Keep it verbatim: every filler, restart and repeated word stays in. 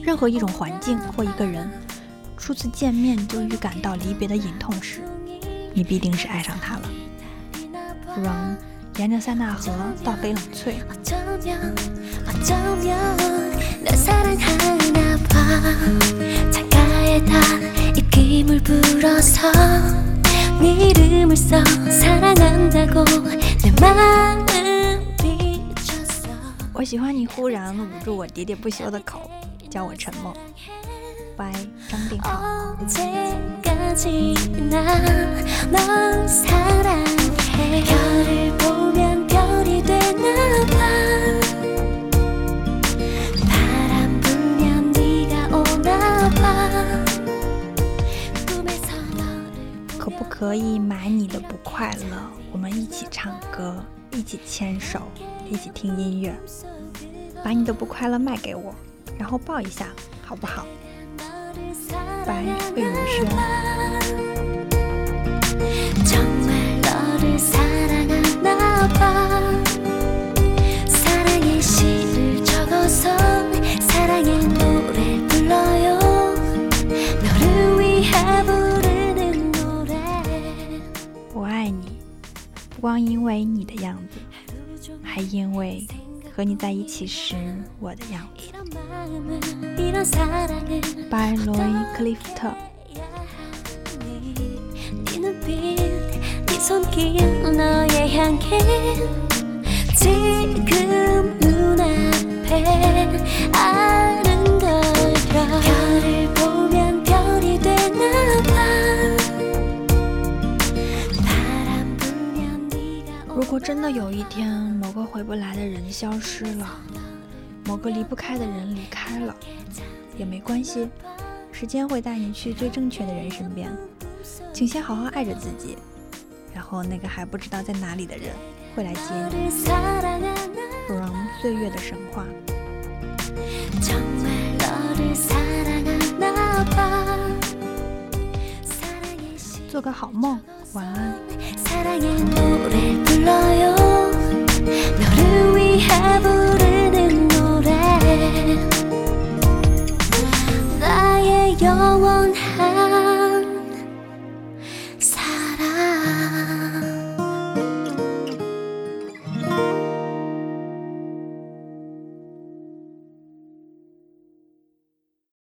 任何一种环境或一个人，初次见面就预感到离别的隐痛时，你必定是爱上他了。From 沿着塞纳河到翡冷翠，我喜欢你忽然捂住我喋喋不休的口，叫我沉默。拜，张定浩。可不可以买你的不快乐？我们一起唱歌，一起牵手，一起听音乐，把你的不快乐卖给我，然后抱一下，好不好？拜，魏如萱。我爱你，不光因为你的样子，还因为和你在一起时我的样子。拜，罗伊克利夫特。如果真的有一天某个回不来的人消失了，某个离不开的人离开了，也没关系，时间会带你去最正确的人身边。请先好好爱着自己，然后那个还不知道在哪里的人会来接你。From 岁月的神话。做个好梦，晚安。나의 영원한